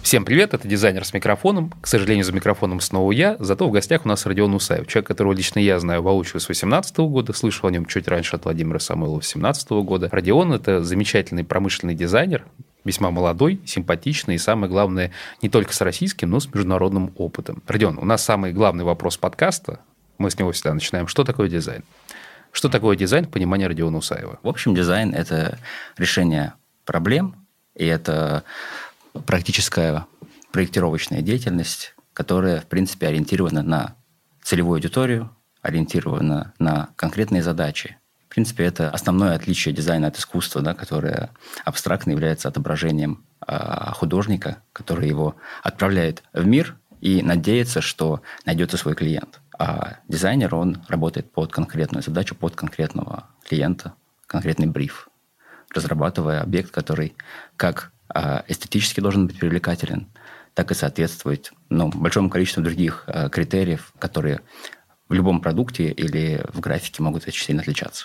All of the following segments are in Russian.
Всем привет, это дизайнер с микрофоном. К сожалению, за микрофоном снова я, зато в гостях у нас Родион Усаев, человек, которого лично я знаю воочию с 2018 года, слышал о нем чуть раньше от Владимира Самойлова с 2017 года. Родион – это замечательный промышленный дизайнер, весьма молодой, симпатичный и, самое главное, не только с российским, но с международным опытом. Родион, у нас самый главный вопрос подкаста, мы с него всегда начинаем. Что такое дизайн? Что такое дизайн в понимании Родиона Усаева? В общем, дизайн – это решение проблем, и это практическая проектировочная деятельность, которая, в принципе, ориентирована на целевую аудиторию, ориентирована на конкретные задачи. В принципе, это основное отличие дизайна от искусства, да, которое абстрактно является отображением художника, который его отправляет в мир и надеется, что найдется свой клиент. А дизайнер, он работает под конкретную задачу, под конкретного клиента, конкретный бриф, разрабатывая объект, который как эстетически должен быть привлекателен, так и соответствовать большому количеству других критериев, которые в любом продукте или в графике могут очень сильно отличаться.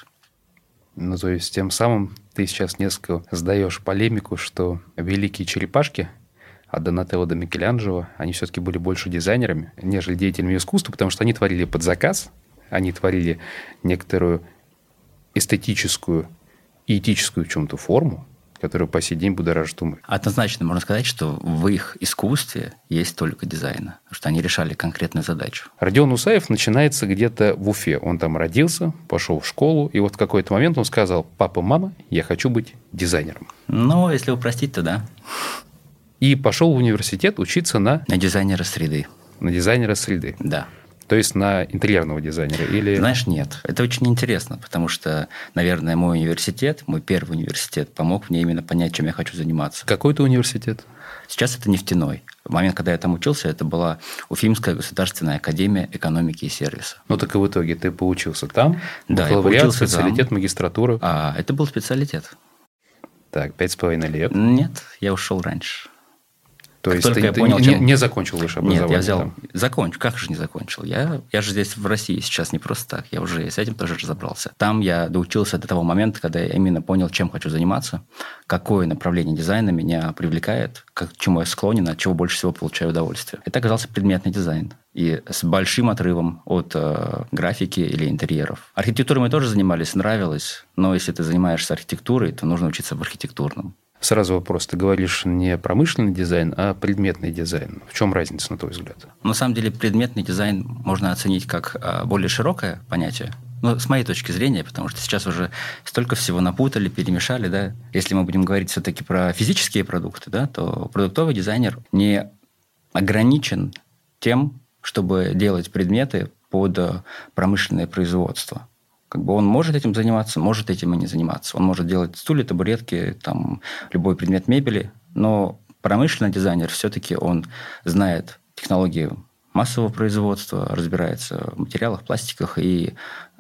То есть, тем самым ты сейчас несколько сдаешь полемику, что великие черепашки от Донателло до Микеланджело, они все-таки были больше дизайнерами, нежели деятелями искусства, потому что они творили под заказ, они творили некоторую эстетическую и этическую в чем-то форму, которая по сей день будоражит умы. Однозначно можно сказать, что в их искусстве есть только дизайн, потому что они решали конкретную задачу. Родион Усаев начинается где-то в Уфе. Он там родился, пошел в школу, и вот в какой-то момент он сказал: папа, мама, я хочу быть дизайнером. Если упростить, то да. И пошел в университет учиться на дизайнера среды. На дизайнера среды. Да. То есть на интерьерного дизайнера? Или... Знаешь, нет. Это очень интересно, потому что, наверное, мой университет, мой первый университет, помог мне именно понять, чем я хочу заниматься. Какой-то университет? Сейчас это нефтяной. В момент, когда я там учился, это была Уфимская государственная академия экономики и сервиса. Так и в итоге ты поучился там? Да, я поучился специалитет, там. Магистратура? Это был специалитет. Так, 5,5 лет? Нет, я ушел раньше. То есть ты не закончил высшее образование? Нет, я взял... Закончил. Как же не закончил? Я же здесь в России сейчас не просто так. Я уже с этим тоже разобрался. Там я доучился до того момента, когда я именно понял, чем хочу заниматься, какое направление дизайна меня привлекает, к чему я склонен, от чего больше всего получаю удовольствие. Это оказался предметный дизайн. И с большим отрывом от графики или интерьеров. Архитектурой мы тоже занимались, нравилось. Но если ты занимаешься архитектурой, то нужно учиться в архитектурном. Сразу вопрос. Ты говоришь не промышленный дизайн, а предметный дизайн. В чем разница, на твой взгляд? На самом деле, предметный дизайн можно оценить как более широкое понятие. С моей точки зрения, потому что сейчас уже столько всего напутали, перемешали. Да? Если мы будем говорить все-таки про физические продукты, да, то продуктовый дизайнер не ограничен тем, чтобы делать предметы под промышленное производство. Он может этим заниматься, может этим и не заниматься. Он может делать стулья, табуретки, любой предмет мебели, но промышленный дизайнер все-таки он знает технологии массового производства, разбирается в материалах, пластиках и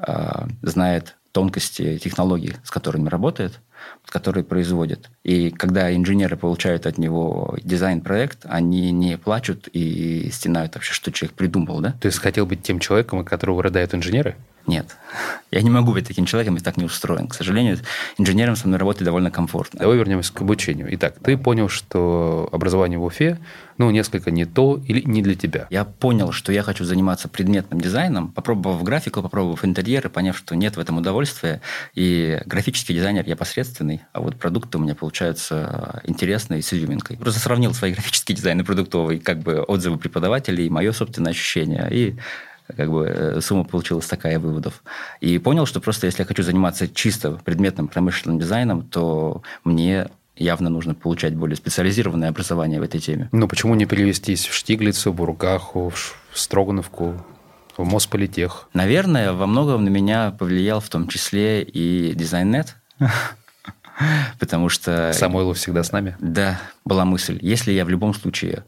знает тонкости технологий, с которыми работает, которые производит. И когда инженеры получают от него дизайн-проект, они не плачут и стенают вообще, что человек придумал, да? То есть хотел быть тем человеком, от которого рыдают инженеры? Нет. Я не могу быть таким человеком, я так не устроен. К сожалению, инженером со мной работать довольно комфортно. Давай вернемся к обучению. Итак, ты понял, что образование в Уфе, несколько не то или не для тебя. Я понял, что я хочу заниматься предметным дизайном, попробовав графику, попробовав интерьер, и поняв, что нет в этом удовольствия. И графический дизайнер я посредственный, а вот продукты у меня получаются интересные и с изюминкой. Просто сравнил свои графические дизайны и продуктовые, отзывы преподавателей, мое собственное ощущение. И сумма получилась такая выводов. И понял, что просто если я хочу заниматься чисто предметным промышленным дизайном, то мне явно нужно получать более специализированное образование в этой теме. Почему не перевестись в Штиглица, в Бургаху, в Строгановку, в Мосполитех? Наверное, во многом на меня повлиял в том числе и Дизайннет. Потому что... Самойлов всегда с нами? Да, была мысль. Если я в любом случае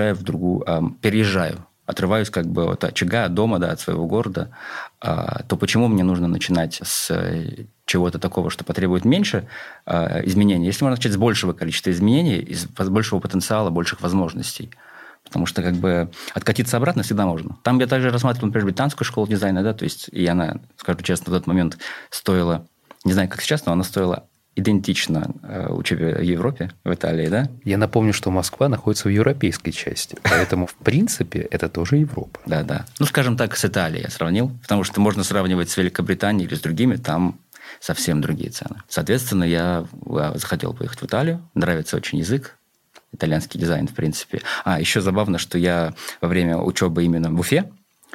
переезжаю, отрываюсь от очага, от дома, от своего города, то почему мне нужно начинать с чего-то такого, что потребует меньше изменений, если можно начать с большего количества изменений, с большего потенциала, больших возможностей? Потому что откатиться обратно всегда можно. Там я также рассматривал, например, британскую школу дизайна, да, то есть и она, скажу честно, в тот момент стоила, не знаю, как сейчас, но она стоила идентично учебе в Европе, в Италии, да? Я напомню, что Москва находится в европейской части, поэтому, в принципе, это тоже Европа. Да. Ну, скажем так, с Италией я сравнил, потому что можно сравнивать с Великобританией или с другими, там совсем другие цены. Соответственно, я захотел поехать в Италию, нравится очень язык, итальянский дизайн, в принципе. Еще забавно, что я во время учебы именно в Уфе,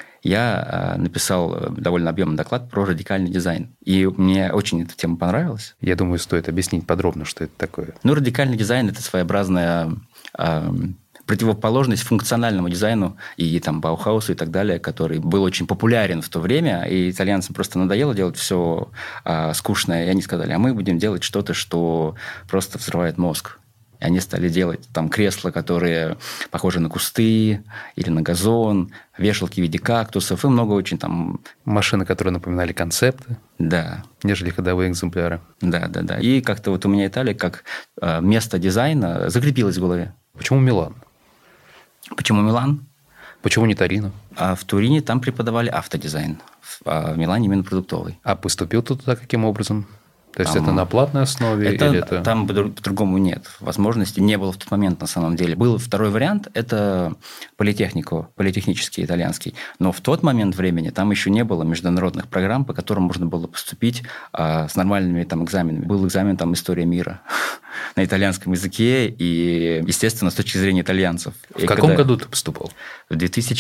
я написал довольно объемный доклад про радикальный дизайн. И мне очень эта тема понравилась. Я думаю, стоит объяснить подробно, что это такое. Ну, радикальный дизайн – это своеобразная противоположность функциональному дизайну и там Баухаусу и так далее, который был очень популярен в то время, и итальянцам просто надоело делать все скучное, и они сказали, а мы будем делать что-то, что просто взрывает мозг. И они стали делать там кресла, которые похожи на кусты или на газон, вешалки в виде кактусов и много очень там... Машины, которые напоминали концепты, да, нежели ходовые экземпляры. Да. И как-то вот у меня Италия как место дизайна закрепилась в голове. Почему Милан? Почему Милан? Почему не Торино? В Турине там преподавали автодизайн, а в Милане именно продуктовый. А поступил ты туда каким образом? То есть, это на платной основе? Или это... Там по-другому нет возможности. Не было в тот момент, на самом деле. Был второй вариант – это политехнический итальянский. Но в тот момент времени там еще не было международных программ, по которым можно было поступить с нормальными там экзаменами. Был экзамен там «История мира» на итальянском языке и, естественно, с точки зрения итальянцев. В каком году ты поступал? В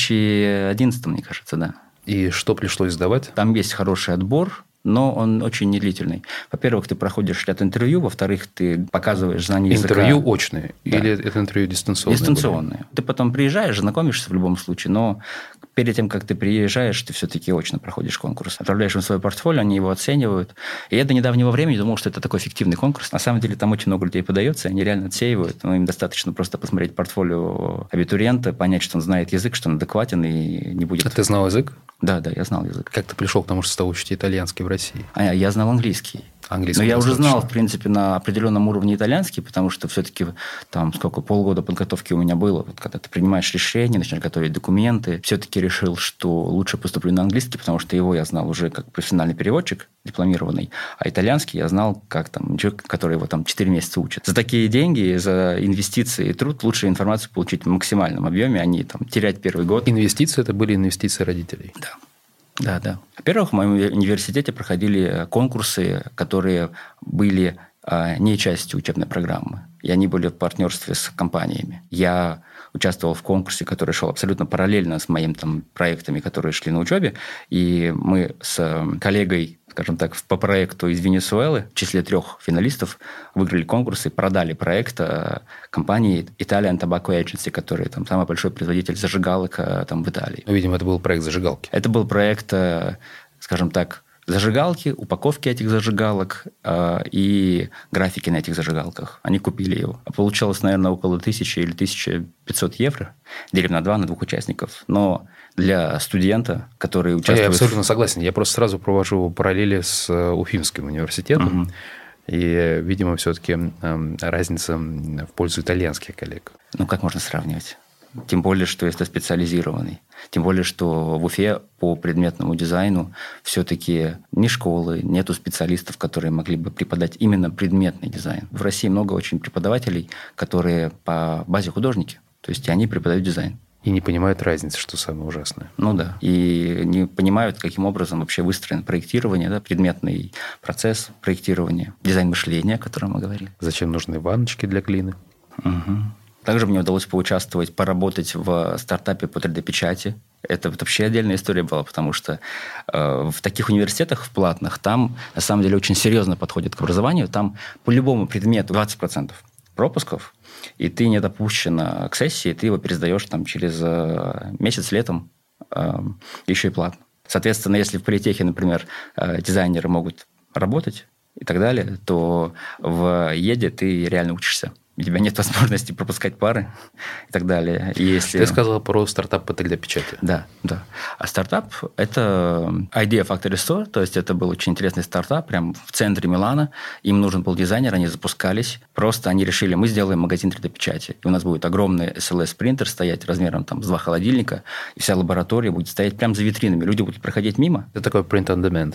2011, мне кажется, да. И что пришлось сдавать? Там есть хороший отбор, но он очень недлительный. Во-первых, ты проходишь ряд интервью, во-вторых, ты показываешь знания языка. Интервью очные? Да. Или это интервью дистанционное? Дистанционные. Ты потом приезжаешь, знакомишься в любом случае, но перед тем, как ты приезжаешь, ты все-таки очно проходишь конкурс. Отправляешь им свое портфолио, они его оценивают. И я до недавнего времени думал, что это такой фиктивный конкурс. На самом деле там очень много людей подается, они реально отсеивают. Но им достаточно просто посмотреть портфолио абитуриента, понять, что он знает язык, что он адекватен и не будет... А ты знал язык? Да, я знал язык. Как ты пришел к тому, что стал учить итальянский в России? Я знал английский. Но я уже знал, в принципе, на определенном уровне итальянский, потому что все-таки там полгода подготовки у меня было. Вот, когда ты принимаешь решение, начинаешь готовить документы, все-таки решил, что лучше поступлю на английский, потому что его я знал уже как профессиональный переводчик, дипломированный, а итальянский я знал как там человек, который его там 4 месяца учит. За такие деньги, за инвестиции и труд лучше информацию получить в максимальном объеме, а не там терять первый год. Инвестиции – это были инвестиции родителей? Да. Во-первых, в моем университете проходили конкурсы, которые были не частью учебной программы. И они были в партнерстве с компаниями. Я участвовал в конкурсе, который шел абсолютно параллельно с моими там проектами, которые шли на учебе. И мы с коллегой, скажем так, по проекту из Венесуэлы в числе 3 финалистов выиграли конкурс и продали проект компании Italian Tobacco Agency, который там самый большой производитель зажигалок там в Италии. Видимо, это был проект зажигалки. Это был проект, скажем так, зажигалки, упаковки этих зажигалок и графики на этих зажигалках. Они купили его. Получалось, наверное, около 1000 или 1500 евро. Делим на 2, на 2 участников. Но для студента, который участвует... Я абсолютно согласен. Я просто сразу провожу параллели с Уфимским университетом. Угу. И, видимо, все-таки разница в пользу итальянских коллег. Как можно сравнивать? Тем более, что это специализированный. Тем более, что в Уфе по предметному дизайну все-таки ни школы, нету специалистов, которые могли бы преподать именно предметный дизайн. В России много очень преподавателей, которые по базе художники. То есть, они преподают дизайн. И не понимают разницы, что самое ужасное. Да. И не понимают, каким образом вообще выстроено проектирование, предметный процесс проектирования, дизайн мышления, о котором мы говорили. Зачем нужны ванночки для глины? Угу. Также мне удалось поучаствовать, поработать в стартапе по 3D-печати. Это вообще отдельная история была, потому что в таких университетах, в платных, там на самом деле очень серьезно подходят к образованию. Там по любому предмету 20% пропусков, и ты не допущен к сессии, ты его пересдаешь там через месяц летом еще и платно. Соответственно, если в политехе, например, дизайнеры могут работать и так далее, то в ЕДе ты реально учишься. У тебя нет возможности пропускать пары и так далее. И если... Ты сказал про стартап по 3D-печати. Да. А стартап – это Idea Factory Store, то есть это был очень интересный стартап прямо в центре Милана. Им нужен был дизайнер, они запускались. Просто они решили, мы сделаем магазин 3D-печати. И у нас будет огромный SLS-принтер стоять размером там, с 2 холодильника, и вся лаборатория будет стоять прямо за витринами. Люди будут проходить мимо. Это такой print on demand.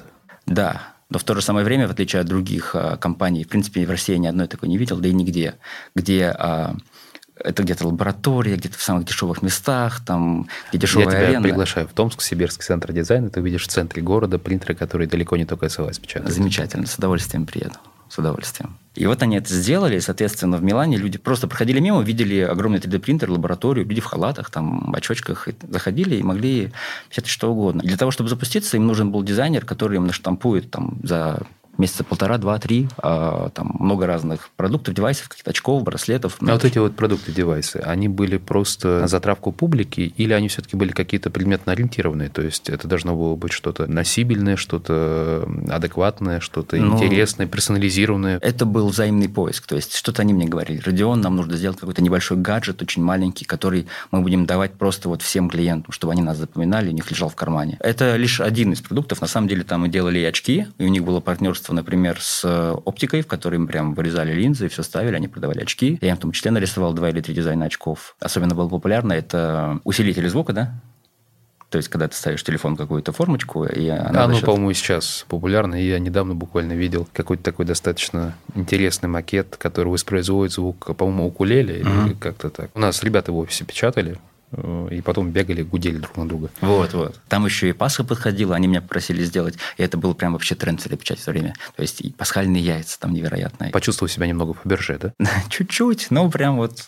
Да. Но в то же самое время, в отличие от других компаний, в принципе, в России ни одной такой не видел, да и нигде, где это где-то лаборатория, где-то в самых дешевых местах, там, где дешевая аренда. Я тебя приглашаю в Томск, Сибирский центр дизайна, ты увидишь в центре города принтеры, которые далеко не только СЛС печатают. Замечательно, с удовольствием приеду. С удовольствием. И вот они это сделали, и, соответственно, в Милане люди просто проходили мимо, видели огромный 3D-принтер, лабораторию, люди в халатах, там, в очочках, и заходили и могли печатать что угодно. И для того, чтобы запуститься, им нужен был дизайнер, который им наштампует там, за месяца 1,5, 2, 3, там много разных продуктов, девайсов, каких-то очков, браслетов. А вот эти вот продукты, девайсы, они были просто на затравку публики или они все-таки были какие-то предметно ориентированные? То есть это должно было быть что-то носибельное, что-то адекватное, что-то интересное, персонализированное? Это был взаимный поиск. То есть что-то они мне говорили. Родион, нам нужно сделать какой-то небольшой гаджет, очень маленький, который мы будем давать просто вот всем клиентам, чтобы они нас запоминали, у них лежал в кармане. Это лишь один из продуктов. На самом деле там мы делали и очки, и у них было партнерство, например, с оптикой, в которой мы прям вырезали линзы и все ставили, они продавали очки. Я им в том числе нарисовал 2 или 3 дизайна очков. Особенно было популярно это усилители звука, да? То есть, когда ты ставишь телефон в какую-то формочку, и она... по-моему, сейчас популярно. Я недавно буквально видел какой-то такой достаточно интересный макет, который воспроизводит звук, по-моему, укулеле или как-то так. У нас ребята в офисе печатали, и потом бегали, гудели друг на друга. Вот. Там еще и Пасха подходила, они меня попросили сделать, и это был прям вообще тренд в 3D-печати в то время. То есть, и пасхальные яйца там невероятные. Почувствовал себя немного Фаберже, да? Чуть-чуть, но прям вот...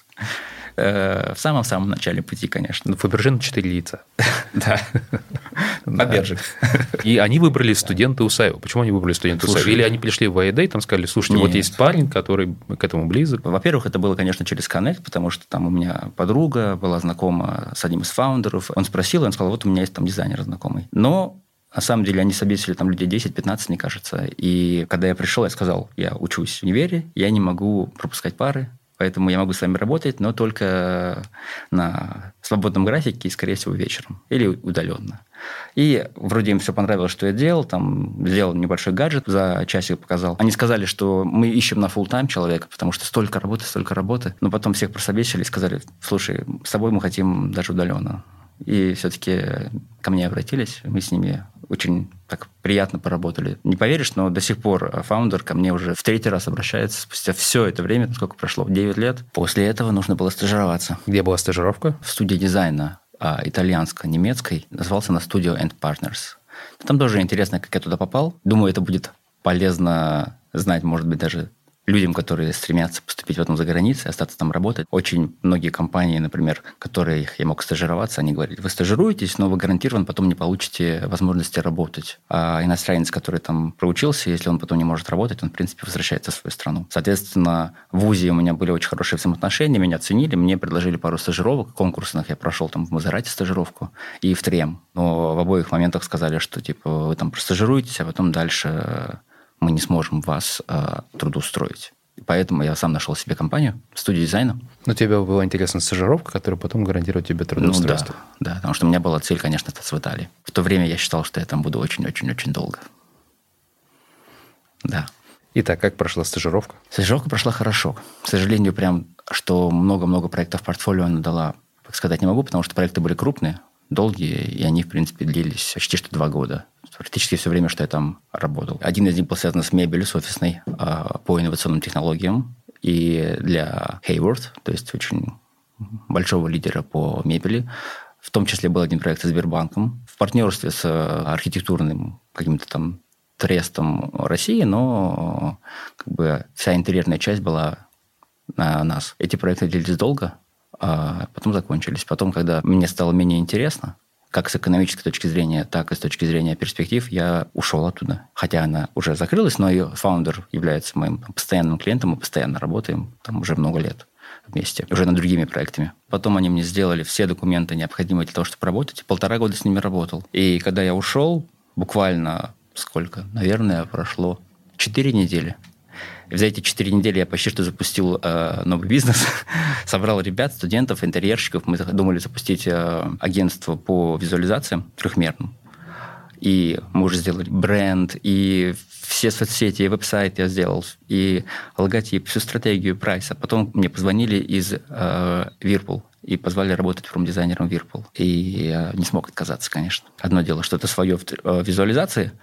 В самом-самом начале пути, конечно. Ну, Фаберже на 4 яйца. Да. Фабержик. И они выбрали студента УСАЕва. Почему они выбрали студента УСАЕва? Или они пришли в АЭД и там сказали, слушайте, вот есть парень, который к этому близок. Во-первых, это было, конечно, через Connect, потому что там у меня подруга была знакома с одним из фаундеров. Он спросил, и он сказал, вот у меня есть там дизайнер знакомый. Но на самом деле они собесили там людей 10-15, мне кажется. И когда я пришел, я сказал, я учусь в универе, я не могу пропускать пары. Поэтому я могу с вами работать, но только на свободном графике и, скорее всего, вечером. Или удаленно. И вроде им все понравилось, что я делал. Там сделал небольшой гаджет, за часик показал. Они сказали, что мы ищем на full-time человека, потому что столько работы. Но потом всех прособесили и сказали, слушай, с тобой мы хотим даже удаленно. И все-таки ко мне обратились, мы с ними очень так приятно поработали. Не поверишь, но до сих пор фаундер ко мне уже в 3-й раз обращается спустя все это время, сколько прошло, 9 лет. После этого нужно было стажироваться. Где была стажировка? В студии дизайна итальянско-немецкой. Назывался на Studio and Partners. Там тоже интересно, как я туда попал. Думаю, это будет полезно знать, может быть, даже людям, которые стремятся поступить потом за границей, остаться там работать. Очень многие компании, например, которые я мог стажироваться, они говорили, вы стажируетесь, но вы гарантированно потом не получите возможности работать. А иностранец, который там проучился, если он потом не может работать, он, в принципе, возвращается в свою страну. Соответственно, в ВУЗе у меня были очень хорошие взаимоотношения, меня оценили, мне предложили пару стажировок конкурсных. Я прошел там в Мазерате стажировку и в Трем. Но в обоих моментах сказали, что типа вы там простажируетесь, а потом дальше мы не сможем вас трудоустроить. Поэтому я сам нашел себе компанию, студию дизайна. Но тебе была интересна стажировка, которая потом гарантирует тебе трудоустройство. Да, потому что у меня была цель, конечно, остаться в Италии. В то время я считал, что я там буду очень-очень-очень долго. Да. Итак, как прошла стажировка? Стажировка прошла хорошо. К сожалению, прям, что много-много проектов в портфолио она дала, так сказать, не могу, потому что проекты были крупные, долгие, и они, в принципе, длились почти что 2 года. Практически все время, что я там работал. Один из них был связан с мебелью, с офисной, по инновационным технологиям. И для Hayward, то есть очень большого лидера по мебели. В том числе был один проект со Сбербанком в партнерстве с архитектурным каким-то там трестом России, но как бы вся интерьерная часть была на нас. Эти проекты длились долго, а потом закончились. Потом, когда мне стало менее интересно, как с экономической точки зрения, так и с точки зрения перспектив, я ушел оттуда. Хотя она уже закрылась, но ее фаундер является моим постоянным клиентом, мы постоянно работаем там уже много лет вместе, уже над другими проектами. Потом они мне сделали все документы, необходимые для того, чтобы работать. 1,5 года с ними работал. И когда я ушел, буквально сколько? Наверное, прошло 4 недели. И за эти 4 недели я почти что запустил новый бизнес. Собрал ребят, студентов, интерьерщиков. Мы думали запустить агентство по визуализациям трехмерным. И мы уже сделали бренд, и все соцсети, и веб-сайт я сделал, и логотип, всю стратегию прайса. Потом мне позвонили из Whirlpool и позвали работать промдизайнером Whirlpool. И я не смог отказаться, конечно. Одно дело, что-то свое в визуализации,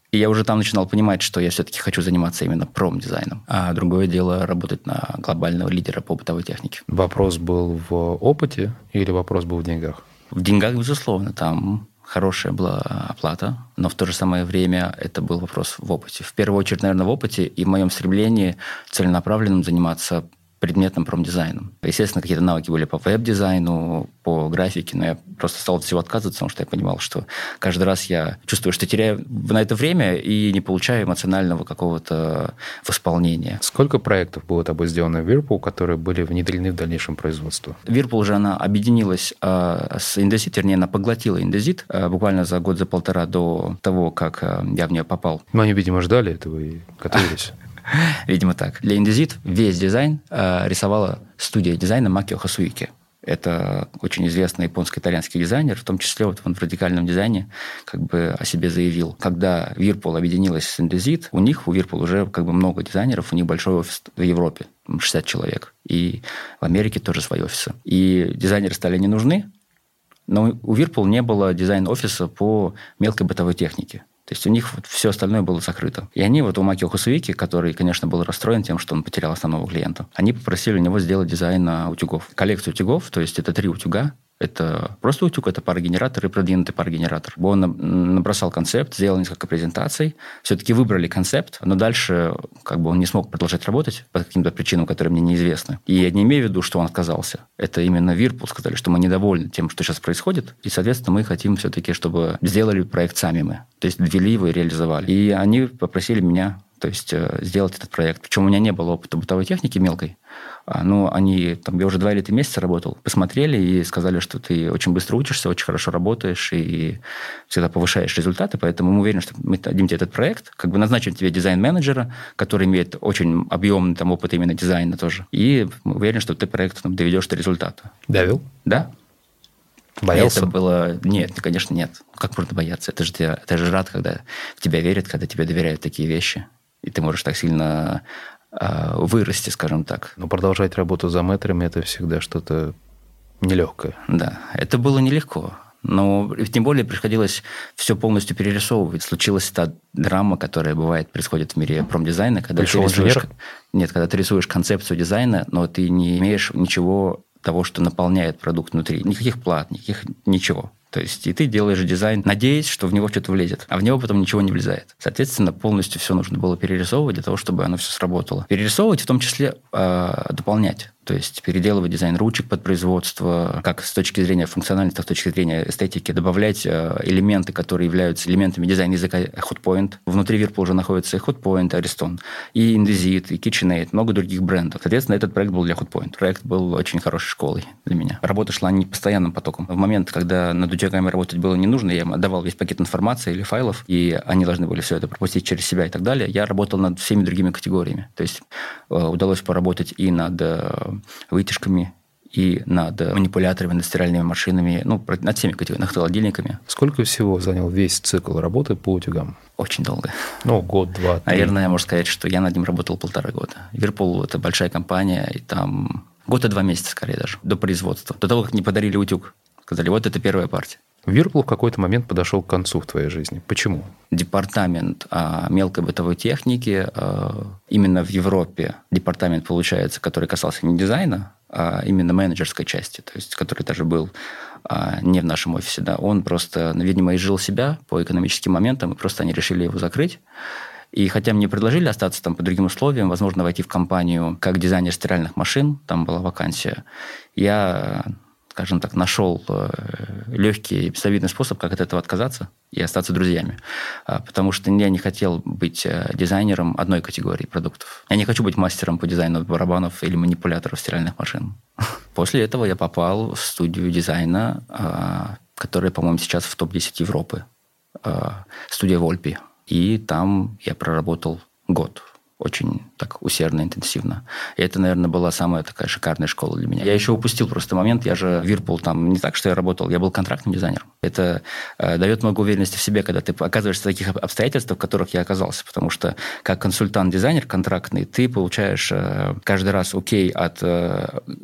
И я уже там начинал понимать, что я все-таки хочу заниматься именно промдизайном. А другое дело работать на глобального лидера по бытовой технике. Вопрос был в опыте или вопрос был в деньгах? В деньгах, безусловно, там хорошая была оплата, но в то же самое время это был вопрос в опыте. В первую очередь, наверное, в опыте и в моем стремлении целенаправленным заниматься предметным промдизайном. Естественно, какие-то навыки были по веб-дизайну, по графике, но я просто стал от всего отказываться, потому что я понимал, что каждый раз я чувствую, что теряю на это время и не получаю эмоционального какого-то восполнения. Сколько проектов было тобой сделано в Whirlpool, которые были внедрены в дальнейшем производству? Whirlpool же она объединилась с Indesit, вернее, она поглотила Indesit буквально за год, за полтора до того, как я в нее попал. Ну, они, видимо, ждали этого и готовились. Видимо, так. Для Indesit весь дизайн рисовала студия дизайна Макио Хасуики. Это очень известный японско-итальянский дизайнер, в том числе вот он в радикальном дизайне как бы о себе заявил. Когда Whirlpool объединилась с Indesit, у Whirlpool уже как бы много дизайнеров, у них большой офис в Европе, 60 человек. И в Америке тоже свои офисы. И дизайнеры стали не нужны, но у Whirlpool не было дизайн-офиса по мелкой бытовой технике. То есть у них вот все остальное было закрыто. И они вот у Макио Хасуики, который, конечно, был расстроен тем, что он потерял основного клиента, они попросили у него сделать дизайн утюгов. Коллекцию утюгов, то есть это 3 утюга. Это просто утюг, это парогенератор и продвинутый парогенератор. Он набросал концепт, сделал несколько презентаций. Все-таки выбрали концепт, но дальше как бы он не смог продолжать работать по каким-то причинам, которые мне неизвестны. И я не имею в виду, что он отказался. Это именно Whirlpool сказали, что мы недовольны тем, что сейчас происходит. И, соответственно, мы хотим все-таки, чтобы сделали проект сами мы. То есть ввели его и реализовали. И они попросили меня сделать этот проект. Причем у меня не было опыта бытовой техники мелкой. Но они, я уже 2 или 3 месяца работал, посмотрели и сказали, что ты очень быстро учишься, очень хорошо работаешь и всегда повышаешь результаты, поэтому мы уверены, что мы дадим тебе этот проект, как бы назначим тебе дизайн-менеджера, который имеет очень объемный опыт именно дизайна тоже. И мы уверены, что ты проект доведешь до результата. Довел? Да. Боялся? Это было... Нет, конечно, нет. Как можно бояться? Ты же рад, когда в тебя верят, когда тебе доверяют такие вещи. И ты можешь так сильно вырасти, скажем так. Но продолжать работу за мэтрами – это всегда что-то нелегкое. Да, это было нелегко. Но тем более приходилось все полностью перерисовывать. Случилась та драма, которая происходит в мире промдизайна. Когда пришел инженер? Нет, когда ты рисуешь концепцию дизайна, но ты не имеешь ничего того, что наполняет продукт внутри. Никаких плат, ничего. То есть и ты делаешь дизайн, надеясь, что в него что-то влезет, а в него потом ничего не влезает. Соответственно, полностью все нужно было перерисовывать для того, чтобы оно все сработало. Перерисовывать, в том числе дополнять. То есть переделывать дизайн ручек под производство, как с точки зрения функциональности, так и с точки зрения эстетики, добавлять элементы, которые являются элементами дизайна языка Hotpoint. Внутри Whirlpool уже находится и Hotpoint, и Ariston, и Indesit, и KitchenAid, много других брендов. Соответственно, этот проект был для Hotpoint. Проект был очень хорошей школой для меня. Работа шла не постоянным потоком. В момент, когда над утюгами работать было не нужно, я им отдавал весь пакет информации или файлов, и они должны были все это пропустить через себя и так далее. Я работал над всеми другими категориями. То есть удалось поработать и над вытяжками, и над манипуляторами, над стиральными машинами, над всеми категориями, над холодильниками. Сколько всего занял весь цикл работы по утюгам? Очень долго. Год, 2, 3. Наверное, можно сказать, что я над ним работал 1,5 года. Whirlpool – это большая компания, и там 1 год и 2 месяца, скорее даже, до производства. До того, как мне подарили утюг. Сказали, вот это первая партия. Whirlpool в какой-то момент подошел к концу в твоей жизни. Почему? Департамент мелкой бытовой техники, именно в Европе департамент, получается, который касался не дизайна, а именно менеджерской части, то есть который даже был не в нашем офисе, да, он просто, видимо, изжил себя по экономическим моментам, и просто они решили его закрыть. И хотя мне предложили остаться там по другим условиям, возможно, войти в компанию как дизайнер стиральных машин, там была вакансия, я, скажем так, нашел легкий и безобидный способ, как от этого отказаться и остаться друзьями. Потому что я не хотел быть дизайнером одной категории продуктов. Я не хочу быть мастером по дизайну барабанов или манипуляторов стиральных машин. После этого я попал в студию дизайна, которая, по-моему, сейчас в топ-10 Европы. Студия Volpi. И там я проработал год. Очень так усердно, интенсивно. И это, наверное, была самая такая шикарная школа для меня. Я еще упустил просто момент. Я же Whirlpool там не так, что я работал. Я был контрактным дизайнером. Это дает много уверенности в себе, когда ты оказываешься в таких обстоятельствах, в которых я оказался. Потому что как консультант-дизайнер контрактный, ты получаешь каждый раз окей от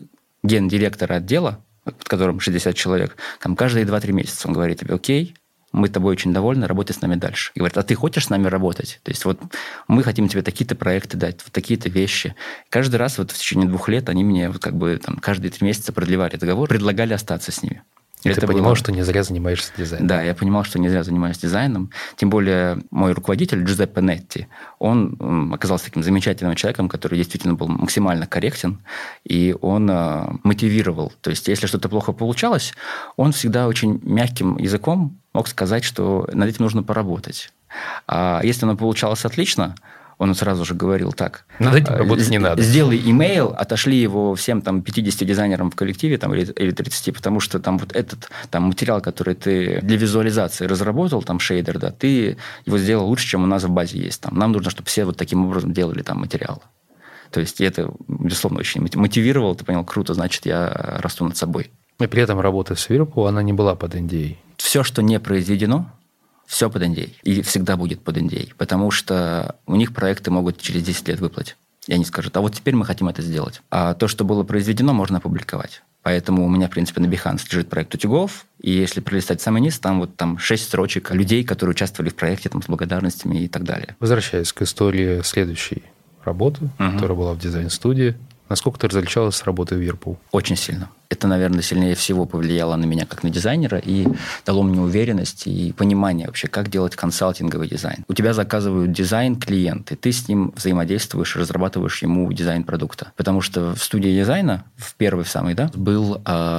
гендиректора отдела, под которым 60 человек, там каждые 2-3 месяца он говорит тебе окей, мы тобой очень довольны, работай с нами дальше. И говорят, а ты хочешь с нами работать? То есть вот мы хотим тебе такие-то проекты дать, вот такие-то вещи. Каждый раз вот в течение 2 лет они мне вот как бы там каждые 3 месяца продлевали договор, предлагали остаться с ними. И ты понимал, что не зря занимаешься дизайном. Да, я понимал, что не зря занимаюсь дизайном. Тем более мой руководитель Джузеппе Нетти, он оказался таким замечательным человеком, который действительно был максимально корректен, и он мотивировал. То есть если что-то плохо получалось, он всегда очень мягким языком мог сказать, что над этим нужно поработать. А если оно получалось отлично, он сразу же говорил так. Над этим работать не надо. Сделай имейл, отошли его всем там 50 дизайнерам в коллективе там, или 30, потому что там вот этот там, материал, который ты для визуализации разработал, там шейдер, да, ты его сделал лучше, чем у нас в базе есть. Там, нам нужно, чтобы все вот таким образом делали там материалы. То есть это, безусловно, очень мотивировало. Ты понял, круто, значит, я расту над собой. И при этом работа с Whirlpool, она не была под NDA. Все, что не произведено, все под NDA. И всегда будет под NDA. Потому что у них проекты могут через 10 лет выплыть. И они скажут, а вот теперь мы хотим это сделать. А то, что было произведено, можно опубликовать. Поэтому у меня, в принципе, на Behance лежит проект утюгов. И если пролистать самый низ, там вот там 6 строчек людей, которые участвовали в проекте там, с благодарностями и так далее. Возвращаясь к истории следующей работы, которая была в дизайн-студии. Насколько ты различалась с работой Whirlpool? Очень сильно. Это, наверное, сильнее всего повлияло на меня как на дизайнера и дало мне уверенность и понимание вообще, как делать консалтинговый дизайн. У тебя заказывают дизайн клиенты, ты с ним взаимодействуешь, разрабатываешь ему дизайн продукта. Потому что в студии дизайна, в первой самой, да, был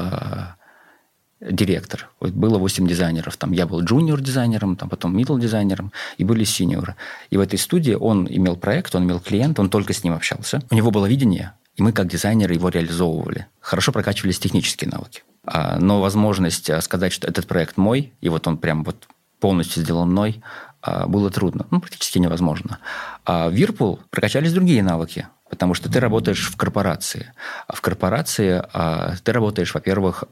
директор. Вот было 8 дизайнеров. Там я был джуниор-дизайнером, там потом middle-дизайнером, и были синьоры. И в этой студии он имел проект, он имел клиента, он только с ним общался. У него было видение, и мы, как дизайнеры, его реализовывали. Хорошо прокачивались технические навыки. Но возможность сказать, что этот проект мой, и вот он прям вот полностью сделан мной, было трудно. Практически невозможно. А в Whirlpool прокачались другие навыки, потому что ты работаешь в корпорации. А в корпорации ты работаешь, во-первых,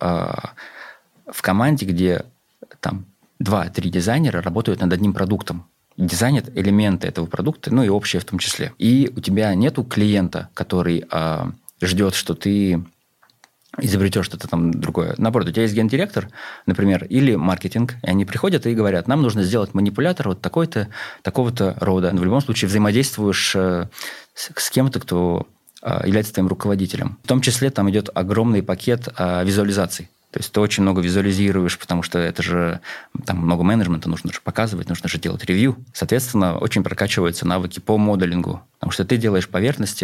в команде, где там 2-3 дизайнера работают над одним продуктом. Дизайнят элементы этого продукта, и общее в том числе. И у тебя нету клиента, который ждет, что ты изобретешь что-то там другое. Наоборот, у тебя есть гендиректор, например, или маркетинг, и они приходят и говорят, нам нужно сделать манипулятор вот такой-то, такого-то рода. Но в любом случае взаимодействуешь с кем-то, кто является твоим руководителем. В том числе там идет огромный пакет визуализаций. То есть ты очень много визуализируешь, потому что это же там много менеджмента, нужно же показывать, нужно же делать ревью. Соответственно, очень прокачиваются навыки по моделингу, потому что ты делаешь поверхности,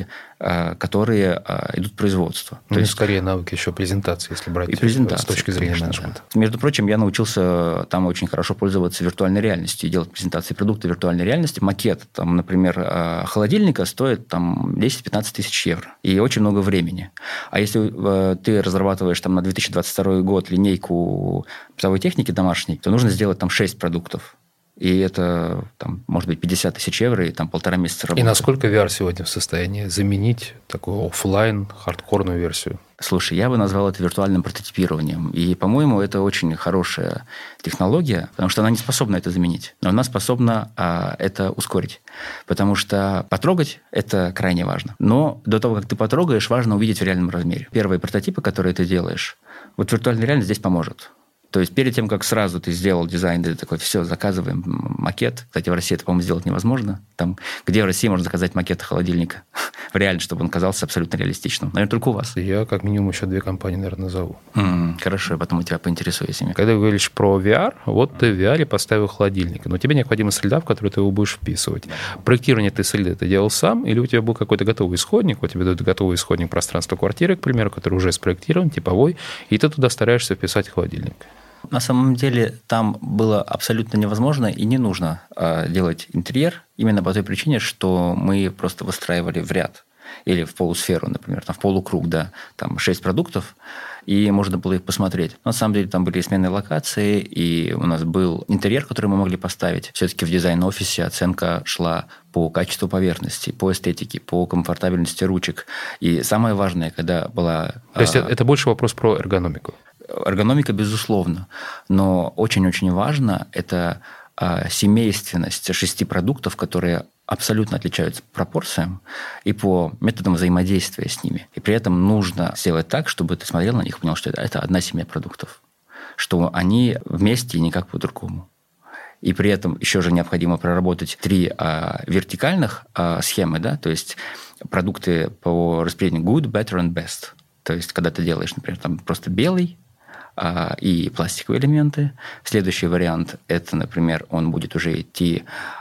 которые идут в производство. То есть скорее навыки еще презентации, если брать с точки зрения менеджмента. Да. Между прочим, я научился там очень хорошо пользоваться виртуальной реальностью и делать презентации продукта виртуальной реальности. Макет, там, например, холодильника стоит там 10-15 тысяч евро. И очень много времени. А если ты разрабатываешь там на 2022 год линейку бытовой техники домашней, то нужно сделать там 6 продуктов. И это, там, может быть, 50 тысяч евро и там 1,5 месяца работы. И насколько VR сегодня в состоянии заменить такую офлайн хардкорную версию? Слушай, я бы назвал это виртуальным прототипированием. И, по-моему, это очень хорошая технология, потому что она не способна это заменить. Но она способна это ускорить. Потому что потрогать – это крайне важно. Но до того, как ты потрогаешь, важно увидеть в реальном размере. Первые прототипы, которые ты делаешь, вот виртуальная реальность здесь поможет. То есть перед тем, как сразу ты сделал дизайн, ты такой, все, заказываем макет. Кстати, в России это, по-моему, сделать невозможно. Там, где в России можно заказать макет холодильника? Реально, чтобы он казался абсолютно реалистичным. Наверное, только у вас. Я как минимум еще 2 компании, наверное, назову. Хорошо, я потом у тебя поинтересуюсь ими. Когда говоришь про VR, вот ты в VR поставил холодильник, но тебе необходима среда, в которую ты его будешь вписывать. Проектирование этой среды ты делал сам, или у тебя был какой-то готовый исходник, у тебя дают готовый исходник пространства квартиры, к примеру, который уже спроектирован, типовой, и ты туда стараешься вписать холодильник. На самом деле там было абсолютно невозможно и не нужно делать интерьер именно по той причине, что мы просто выстраивали в ряд или в полусферу, например, там в полукруг, да, там 6 продуктов, и можно было их посмотреть. Но на самом деле там были сменные локации, и у нас был интерьер, который мы могли поставить. Все-таки в дизайн-офисе оценка шла по качеству поверхности, по эстетике, по комфортабельности ручек. И самое важное, когда была... То есть это больше вопрос про эргономику? Эргономика, безусловно, но очень-очень важно это семейственность 6 продуктов, которые абсолютно отличаются по пропорциям и по методам взаимодействия с ними. И при этом нужно сделать так, чтобы ты смотрел на них и понял, что это одна семья продуктов, что они вместе и никак по-другому. и при этом еще же необходимо проработать 3 вертикальных схемы, да, то есть продукты по распределению good, better and best. То есть, когда ты делаешь, например, там просто белый и пластиковые элементы. Следующий вариант – это, например, он будет уже идти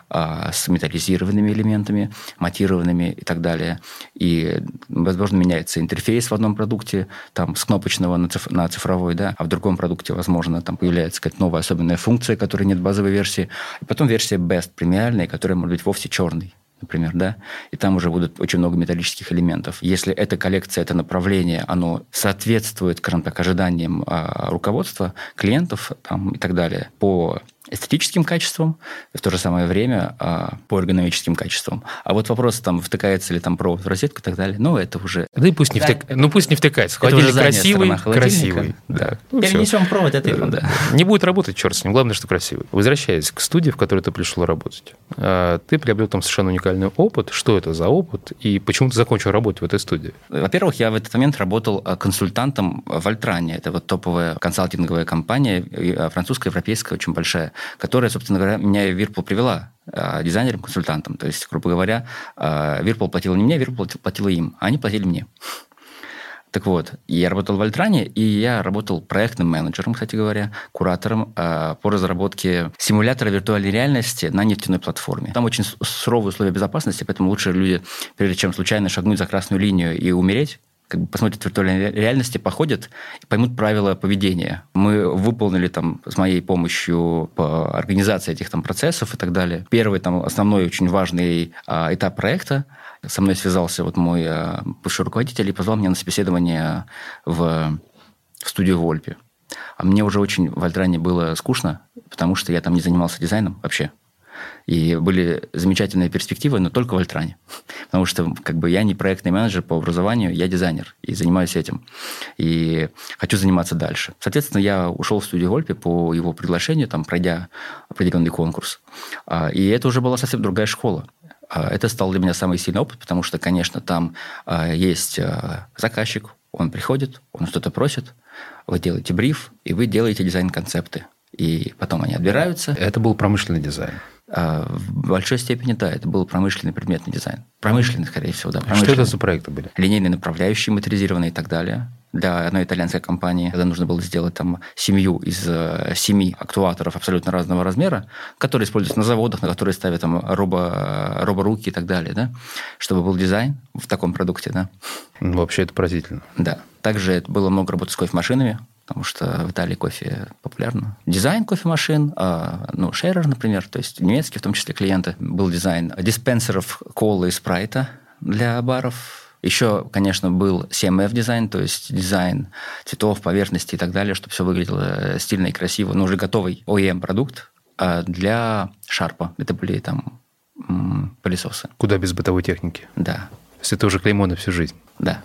с металлизированными элементами, матированными и так далее. И, возможно, меняется интерфейс в одном продукте, там, с кнопочного на цифровой, да, а в другом продукте, возможно, там появляется какая-то новая особенная функция, которой нет в базовой версии. И потом версия Best, премиальная, которая может быть вовсе черной, например, да, и там уже будут очень много металлических элементов. Если эта коллекция, это направление, оно соответствует, скажем так, ожиданиям руководства, клиентов там, и так далее, по эстетическим качествам, в то же самое время по эргономическим качествам. А вот вопрос, там, втыкается ли там провод в розетку и так далее, ну, это уже... Да и пусть не, пусть не втыкается. Холодильник красивый. Да. Перенесем провод, это ерунда. Не будет работать, черт с ним. Главное, что красивый. Возвращаясь к студии, в которой ты пришел работать, ты приобрел там совершенно уникальный опыт. Что это за опыт? И почему ты закончил работать в этой студии? Во-первых, я в этот момент работал консультантом в Альтране. Это вот топовая консалтинговая компания, французская, европейская, очень большая, которая, собственно говоря, меня в Whirlpool привела дизайнером, консультантом. То есть, грубо говоря, Whirlpool платила не мне, Whirlpool платила им, а они платили мне. Так вот, я работал в Альтране, и я работал проектным менеджером, кстати говоря, куратором по разработке симулятора виртуальной реальности на нефтяной платформе. Там очень суровые условия безопасности, поэтому лучше люди, прежде чем случайно шагнуть за красную линию и умереть, как бы посмотрят в виртуальной реальности, походят и поймут правила поведения. Мы выполнили там с моей помощью по организации этих там процессов и так далее. Первый там основной очень важный этап проекта. Со мной связался вот мой бывший руководитель и позвал меня на собеседование в студию Volpi. А мне уже очень в Альтране было скучно, потому что я там не занимался дизайном вообще. И были замечательные перспективы, но только в Альтране. Потому что как бы я не проектный менеджер по образованию, я дизайнер и занимаюсь этим. И хочу заниматься дальше. Соответственно, я ушел в студию Volpi по его приглашению, там, пройдя определенный конкурс. И это уже была совсем другая школа. Это стал для меня самый сильный опыт, потому что, конечно, там есть заказчик, он приходит, он что-то просит, вы делаете бриф, и вы делаете дизайн-концепты. И потом они отбираются. Это был промышленный дизайн. В большой степени, да, это был промышленный предметный дизайн. Промышленный, скорее всего, да. Что это за проекты были? Линейные направляющие, моторизированные и так далее. Для одной итальянской компании, когда нужно было сделать там семью из 7 актуаторов абсолютно разного размера, которые используются на заводах, на которые ставят там роборуки и так далее, да, чтобы был дизайн в таком продукте, да. Вообще это поразительно. Да. Также было много работы с кофемашинами, потому что в Италии кофе популярно. Дизайн кофемашин, Шерер, например, то есть немецкие в том числе клиенты. Был дизайн диспенсеров колы и спрайта для баров. Еще, конечно, был CMF-дизайн, то есть дизайн цветов, поверхности и так далее, чтобы все выглядело стильно и красиво, но уже готовый OEM-продукт для Шарпа. Это были там пылесосы. Куда без бытовой техники? Да. То есть это уже клеймо на всю жизнь? Да.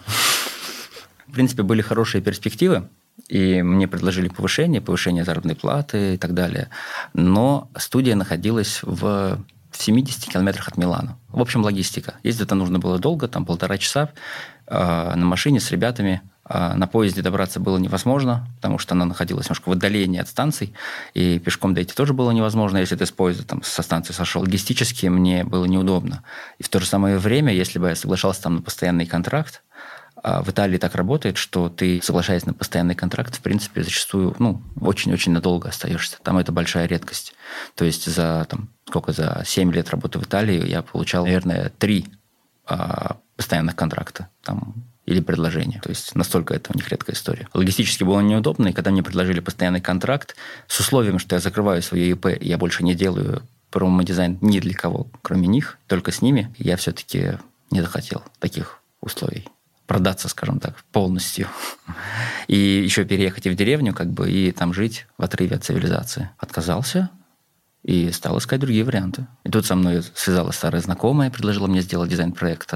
В принципе, были хорошие перспективы, и мне предложили повышение заработной платы и так далее. Но студия находилась в 70 километрах от Милана. В общем, логистика. Ездить это нужно было долго, там 1,5 часа на машине с ребятами. На поезде добраться было невозможно, потому что она находилась немножко в отдалении от станций, и пешком дойти тоже было невозможно, если ты с поезда там, со станции сошел. Логистически мне было неудобно. И в то же самое время, если бы я соглашался там на постоянный контракт, в Италии так работает, что ты, соглашаясь на постоянный контракт, в принципе, зачастую, очень-очень надолго остаешься. Там это большая редкость. То есть за 7 лет работы в Италии я получал, наверное, 3 постоянных контракта или предложения. То есть настолько это у них редкая история. Логистически было неудобно, и когда мне предложили постоянный контракт с условием, что я закрываю свое ИП, и я больше не делаю промо-дизайн ни для кого, кроме них, только с ними, я все-таки не захотел таких условий. Продаться, скажем так, полностью. И еще переехать и в деревню, и там жить в отрыве от цивилизации. Отказался и стал искать другие варианты. И тут со мной связалась старая знакомая, предложила мне сделать дизайн-проект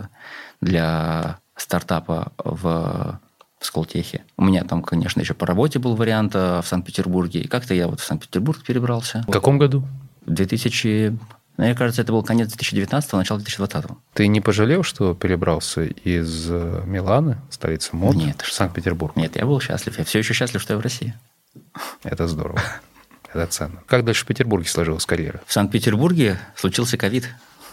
для стартапа в Сколтехе. У меня там, конечно, еще по работе был вариант в Санкт-Петербурге. И как-то я в Санкт-Петербург перебрался. В каком году? Мне кажется, это был конец 2019-го, начало 2020-го. Ты не пожалел, что перебрался из Милана, столицы моды, в Санкт-Петербург? Нет, я был счастлив. Я все еще счастлив, что я в России. Это здорово. Это ценно. Как дальше в Петербурге сложилась карьера? В Санкт-Петербурге случился ковид.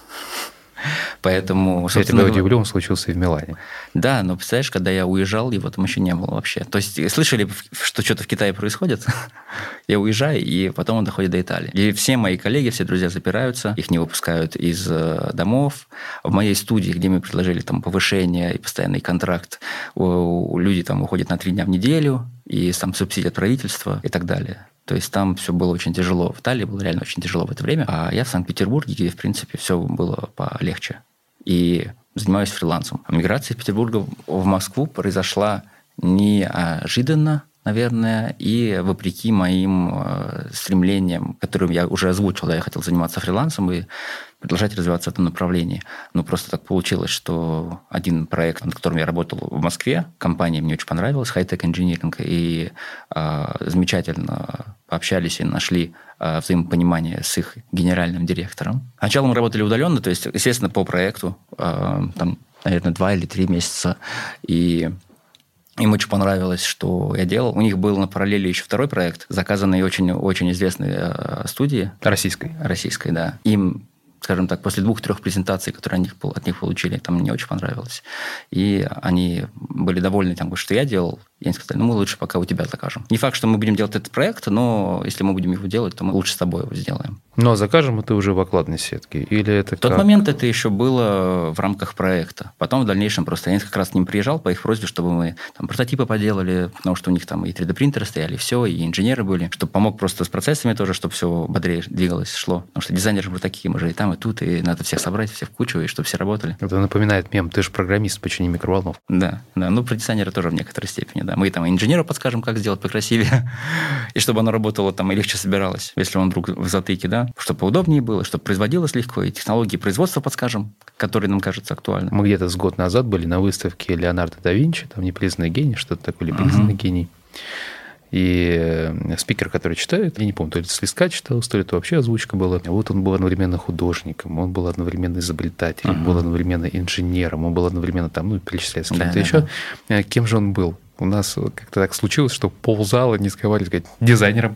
Поэтому, я тебя удивлю, он случился и в Милане. Да, но представляешь, когда я уезжал, его там еще не было вообще. То есть слышали, что что-то в Китае происходит? Я уезжаю, и потом он доходит до Италии. И все мои коллеги, все друзья запираются, их не выпускают из домов. В моей студии, где мне предложили там повышение и постоянный контракт, люди там уходят на 3 дня в неделю, и там субсидии от правительства и так далее. То есть там все было очень тяжело. В Италии было реально очень тяжело в это время. А я в Санкт-Петербурге, где, в принципе, все было полегче. И занимаюсь фрилансом. Миграция из Петербурга в Москву произошла неожиданно, наверное, и вопреки моим стремлениям, которым я уже озвучил, да, я хотел заниматься фрилансом и продолжать развиваться в этом направлении. Но просто так получилось, что один проект, над которым я работал в Москве, компания мне очень понравилась, High Tech Engineering, и замечательно пообщались и нашли взаимопонимание с их генеральным директором. Сначала мы работали удаленно, то есть, естественно, по проекту, там, наверное, 2 или 3 месяца, и им очень понравилось, что я делал. У них был на параллели еще второй проект, заказанный очень известной студии. Российской, да. Им, скажем так, после 2-3 презентаций, которые от них получили, там мне очень понравилось. И они были довольны тем, что я делал. И они сказали, мы лучше пока у тебя закажем. Не факт, что мы будем делать этот проект, но если мы будем его делать, то мы лучше с тобой его сделаем. Но закажем это уже в окладной сетке? Или это в тот момент это еще было в рамках проекта. Потом в дальнейшем просто я как раз к ним приезжал по их просьбе, чтобы мы там прототипы поделали, потому что у них там и 3D-принтеры стояли, все, и инженеры были, чтобы помог просто с процессами тоже, чтобы все бодрее двигалось, шло. Потому что дизайнеры были такие, мы же и там, и тут, и надо всех собрать, всех в кучу, и чтобы все работали. Это напоминает мем, ты же программист, почини микроволновку. Да, ну про дизайнера тоже в некоторой степени, да. Мы там инженеру подскажем, как сделать покрасивее, и чтобы оно работало там и легче собиралось, если он вдруг в затыке, да, чтобы поудобнее было, чтобы производилось легко, и технологии производства подскажем, которые нам кажутся актуальны. Мы где-то с год назад были на выставке Леонардо да Винчи, там «Непризнанный гений», что-то такое, или «Признанный гений». И спикер, который читает, я не помню, то ли с листка читал, то ли это вообще озвучка была. Вот он был одновременно художником, он был одновременно изобретателем, он был одновременно инженером, он был одновременно там, перечисляется кем-то еще. Да. Кем же он был? У нас как-то так случилось, что ползала, не сковали, сказать, дизайнером.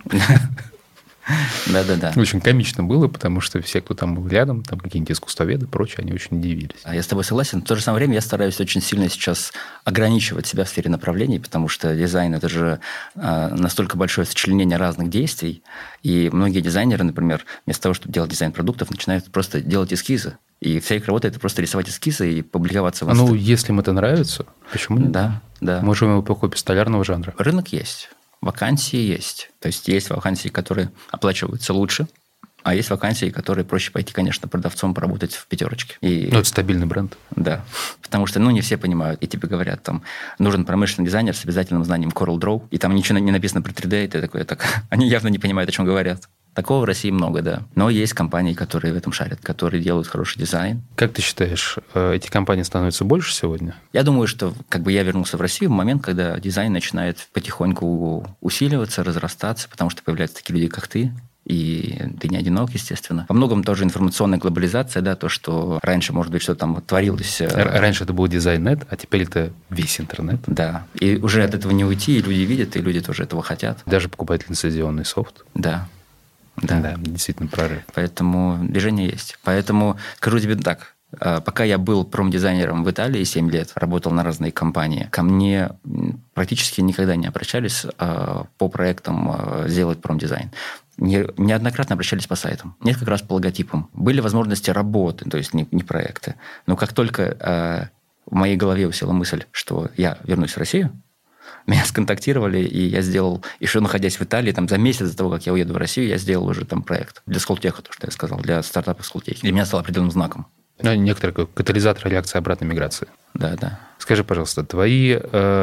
Да. Очень комично было, потому что все, кто там был рядом, там какие-нибудь искусствоведы и прочее, они очень удивились. Я с тобой согласен. В то же самое время я стараюсь очень сильно сейчас ограничивать себя в сфере направлений, потому что дизайн – это же настолько большое сочленение разных действий, и многие дизайнеры, например, вместо того, чтобы делать дизайн продуктов, начинают просто делать эскизы. И вся их работа – это просто рисовать эскизы и публиковаться в Инстаграме. Ну, если им это нравится, почему нет? Да. Мы живем в эпоху эпистолярного жанра. Рынок есть. Вакансии есть. То есть, есть вакансии, которые оплачиваются лучше, а есть вакансии, которые проще пойти, конечно, продавцом поработать в пятерочке. Ну, это стабильный бренд. Да. Потому что, не все понимают. И тебе говорят, там, нужен промышленный дизайнер с обязательным знанием CorelDRAW, и там ничего не написано про 3D, и ты такой, они явно не понимают, о чем говорят. Такого в России много, да. Но есть компании, которые в этом шарят, которые делают хороший дизайн. Как ты считаешь, эти компании становятся больше сегодня? Я думаю, что я вернулся в Россию в момент, когда дизайн начинает потихоньку усиливаться, разрастаться, потому что появляются такие люди, как ты, и ты не одинок, естественно. Во многом тоже информационная глобализация, да, то, что раньше, может быть, что там творилось. Раньше это был дизайн.нет, а теперь это весь интернет. Да, и уже от этого не уйти, и люди видят, и люди тоже этого хотят. Даже покупать лицензионный софт. Да, действительно прорыв. Поэтому движение есть. Поэтому скажу тебе так. Пока я был промдизайнером в Италии 7 лет, работал на разные компании, ко мне практически никогда не обращались по проектам сделать промдизайн. Неоднократно обращались по сайтам. Нет, как раз по логотипам. Были возможности работы, то есть не проекты. Но как только в моей голове усела мысль, что я вернусь в Россию, меня сконтактировали, и я сделал, еще находясь в Италии, там, за месяц до того, как я уеду в Россию, я сделал уже там проект для Сколтеха, то, что я сказал, для стартапа Сколтехи. Для меня стало определенным знаком. Некоторые катализаторы реакции обратной миграции. Да. Скажи, пожалуйста, твои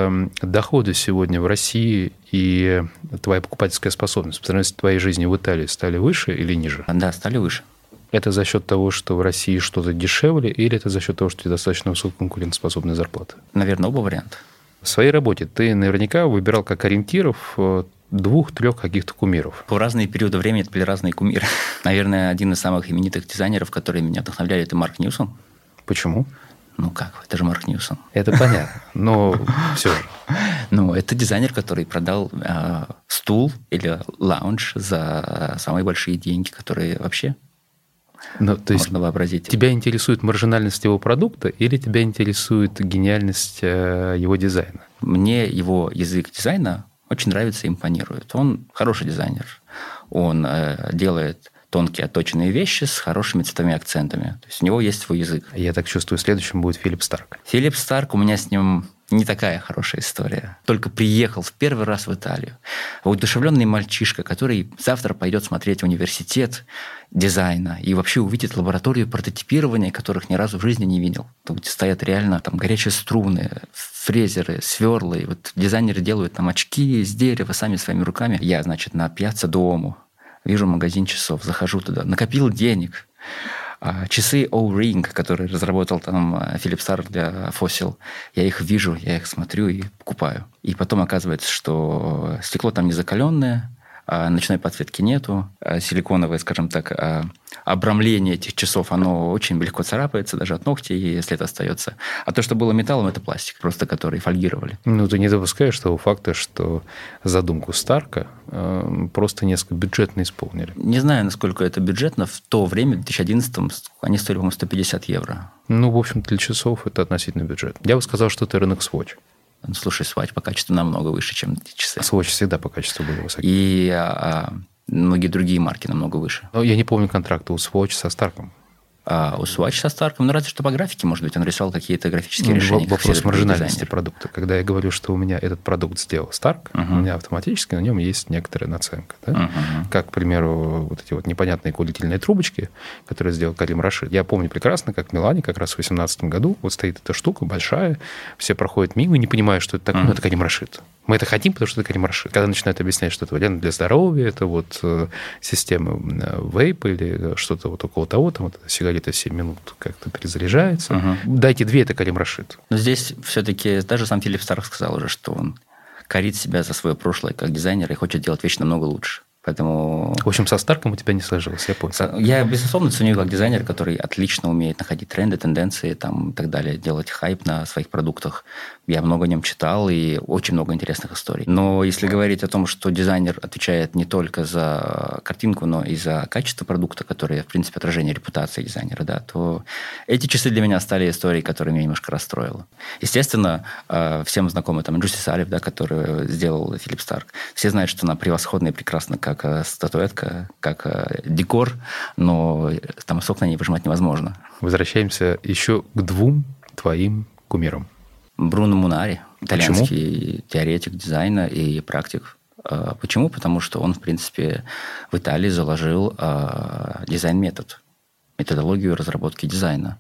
доходы сегодня в России и твоя покупательская способность по сравнению с твоей жизнью в Италии стали выше или ниже? Да, стали выше. Это за счет того, что в России что-то дешевле, или это за счет того, что у тебя достаточно высококонкурентоспособная зарплата? Наверное, оба варианта. В своей работе ты наверняка выбирал как ориентиров 2-3 каких-то кумиров. В разные периоды времени это были разные кумиры. Наверное, один из самых именитых дизайнеров, которые меня вдохновляли, это Марк Ньюсон. Почему? Ну как, это же Марк Ньюсон. Это понятно, но все же. Ну, это дизайнер, который продал стул или лаунж за самые большие деньги, которые вообще То есть можно вообразить. тебя интересует маржинальность его продукта или тебя интересует гениальность его дизайна? Мне его язык дизайна очень нравится и импонирует. Он хороший дизайнер. Он делает тонкие, отточенные вещи с хорошими цветовыми акцентами. То есть у него есть свой язык. Я так чувствую, следующим будет Филипп Старк. Филипп Старк, у меня с ним не такая хорошая история. Только приехал в первый раз в Италию. Воодушевленный мальчишка, который завтра пойдет смотреть университет дизайна и вообще увидит лабораторию прототипирования, которых ни разу в жизни не видел. Там, где стоят реально там горячие струны, фрезеры, сверлы. И вот дизайнеры делают там очки из дерева сами своими руками. Я, значит, на Пьяцца Дуомо вижу магазин часов, захожу туда, накопил денег. Часы O-Ring, которые разработал там Филипп Старк для Fossil, я их вижу, я их смотрю и покупаю. И потом оказывается, что стекло там не закаленное, ночной подсветки нету, силиконовое, скажем так, обрамление этих часов, оно очень легко царапается, даже от ногтей, если это остается. А то, что было металлом, это пластик, просто который фольгировали. Ну, ты не допускаешь того факта, что задумку Старка просто несколько бюджетно исполнили? Не знаю, насколько это бюджетно. В то время, в 2011-м, они стоили, по-моему, 150 евро. Ну, в общем-то, для часов это относительно бюджет. Я бы сказал, что это рынок Swatch. Слушай, Swatch по качеству намного выше, чем эти часы. Swatch всегда по качеству были высоки. И многие другие марки намного выше. Но я не помню контракта у Swatch со Старком. А у Swatch со Старком, ну, разве что по графике, может быть, он рисовал какие-то графические решения. Вопрос маржинальности продукта. Когда я говорю, что у меня этот продукт сделал Старк, у меня автоматически на нем есть некоторая наценка. Да? Как, к примеру, вот эти вот непонятные курительные трубочки, которые сделал Карим Рашид. Я помню прекрасно, как в Милане как раз в 2018 году вот стоит эта штука большая, все проходят мимо, не понимая, что это такое, но это Карим Рашид. Мы это хотим, потому что это Карим Рашид. Когда начинают объяснять, что это вариант для здоровья, это вот система вейпа или что-то вот около того, там вот сигарета 7 минут как-то перезаряжается. Дайте 2, это Карим Рашид. Но здесь все-таки даже сам Филипп Старк сказал уже, что он корит себя за свое прошлое как дизайнер и хочет делать вещи намного лучше. Поэтому... В общем, со Старком у тебя не сложилось, я понял. Я, безусловно, ценю как дизайнер, который отлично умеет находить тренды, тенденции там, и так далее, делать хайп на своих продуктах. Я много о нем читал, и очень много интересных историй. Но если говорить о том, что дизайнер отвечает не только за картинку, но и за качество продукта, которое, в принципе, отражение репутации дизайнера, да, то эти часы для меня стали историей, которая меня немножко расстроила. Естественно, всем знакомы там Джуси Салиф, да, который сделал Филипп Старк. Все знают, что она превосходна и прекрасна как статуэтка, как декор, но там сок на ней выжимать невозможно. Возвращаемся еще к 2 твоим кумирам. Бруно Мунари, итальянский Почему? теоретик дизайна и практик. Почему? Потому что он, в принципе, в Италии заложил дизайн-метод, методологию разработки дизайна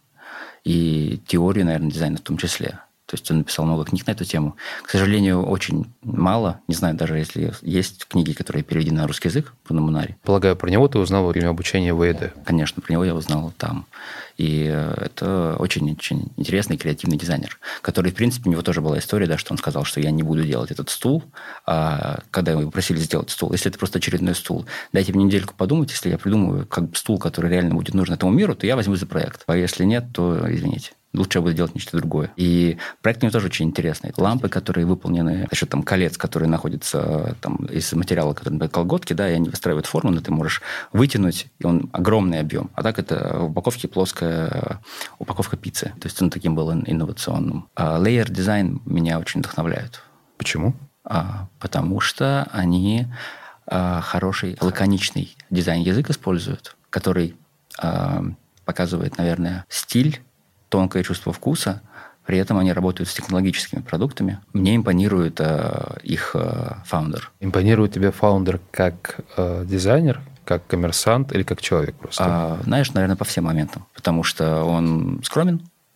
и теорию, наверное, дизайна в том числе. То есть он написал много книг на эту тему. К сожалению, очень мало. Не знаю, даже если есть книги, которые переведены на русский язык, Бруно Мунари. Полагаю, про него ты узнал во время обучения в ЭД. Конечно, про него я узнал там. И это очень-очень интересный креативный дизайнер, который, в принципе, у него тоже была история, да, что он сказал, что я не буду делать этот стул. Когда его просили сделать стул, если это просто очередной стул, дайте мне недельку подумать, если я придумаю как стул, который реально будет нужен этому миру, то я возьму за проект. А если нет, то извините. Лучше я буду делать нечто другое. И проект у него тоже очень интересный. Лампы, которые выполнены за счет там, колец, которые находятся там, из материала, который, например, колготки, да, и они выстраивают форму, но ты можешь вытянуть, и он огромный объем. А так это в упаковке плоская упаковка пиццы. То есть он таким был инновационным. Layer дизайн меня очень вдохновляет. Почему? Потому что они хороший лаконичный дизайн-язык используют, который показывает, наверное, стиль, тонкое чувство вкуса, при этом они работают с технологическими продуктами. Мне импонирует их фаундер. Импонирует тебе фаундер как дизайнер, как коммерсант или как человек просто? Знаешь, наверное, по всем моментам. Потому что он скромен,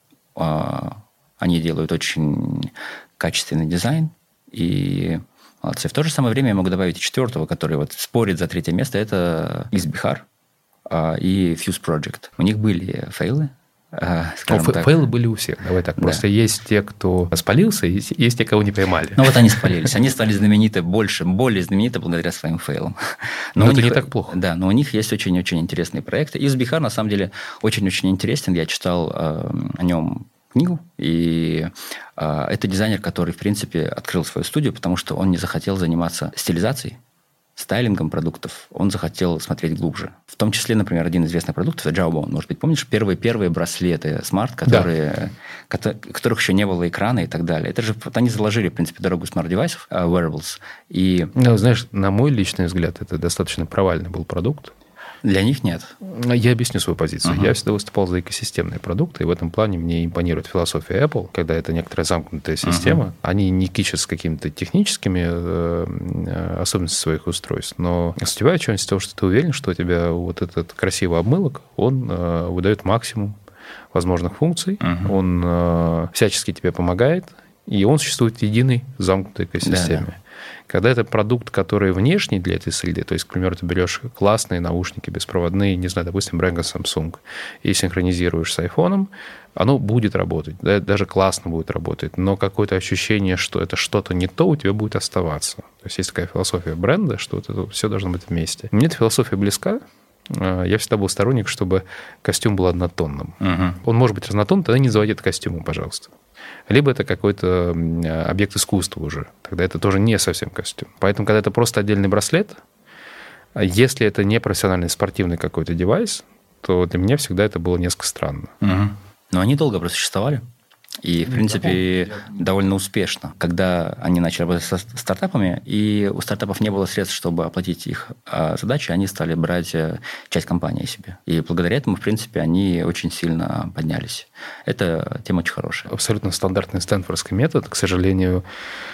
они делают очень качественный дизайн, и молодцы. В то же самое время я могу добавить и 4-го, который вот спорит за 3-е место, это X-Bihar и Fuse Project. У них были фейлы, фейлы были у всех. Давай так. Да. Просто есть те, кто спалился, и есть те, кого не поймали. Ну, вот они спалились. Они стали знамениты более знамениты благодаря своим фейлам. Но это не так плохо. Да, но у них есть очень-очень интересные проекты. X-Bihar, на самом деле, очень-очень интересен. Я читал о нем книгу, и это дизайнер, который, в принципе, открыл свою студию, потому что он не захотел заниматься стилизацией, стайлингом продуктов, он захотел смотреть глубже. В том числе, например, один известный продукт – это Jawbone. Может быть, помнишь, первые браслеты Smart, которых еще не было экрана и так далее. Это же они заложили, в принципе, дорогу смарт-девайсов, wearables. И... знаешь, на мой личный взгляд, это достаточно провальный был продукт. Для них нет. Я объясню свою позицию. Я всегда выступал за экосистемные продукты, и в этом плане мне импонирует философия Apple, когда это некоторая замкнутая система. Они не кичат с какими-то техническими особенностями своих устройств, но сетевая часть из того, что ты уверен, что у тебя вот этот красивый обмылок, он выдает максимум возможных функций, он всячески тебе помогает, и он существует в единой замкнутой экосистеме. Да. Когда это продукт, который внешний для этой среды, то есть, к примеру, ты берешь классные наушники беспроводные, не знаю, допустим, бренда Samsung, и синхронизируешь с айфоном, оно будет работать, да, даже классно будет работать, но какое-то ощущение, что это что-то не то, у тебя будет оставаться. То есть есть такая философия бренда, что это все должно быть вместе. Мне эта философия близка. Я всегда был сторонник, чтобы костюм был однотонным. Он может быть разнотонным, тогда не называйте это костюмом, пожалуйста. Либо это какой-то объект искусства уже. Тогда это тоже не совсем костюм. Поэтому, когда это просто отдельный браслет, если это не профессиональный спортивный какой-то девайс, то для меня всегда это было несколько странно. Но они долго просуществовали. И, в принципе, довольно успешно. Когда они начали работать со стартапами, и у стартапов не было средств, чтобы оплатить их задачи, они стали брать часть компании себе. И благодаря этому, в принципе, они очень сильно поднялись. Это тема очень хорошая. Абсолютно стандартный стэнфордский метод. К сожалению,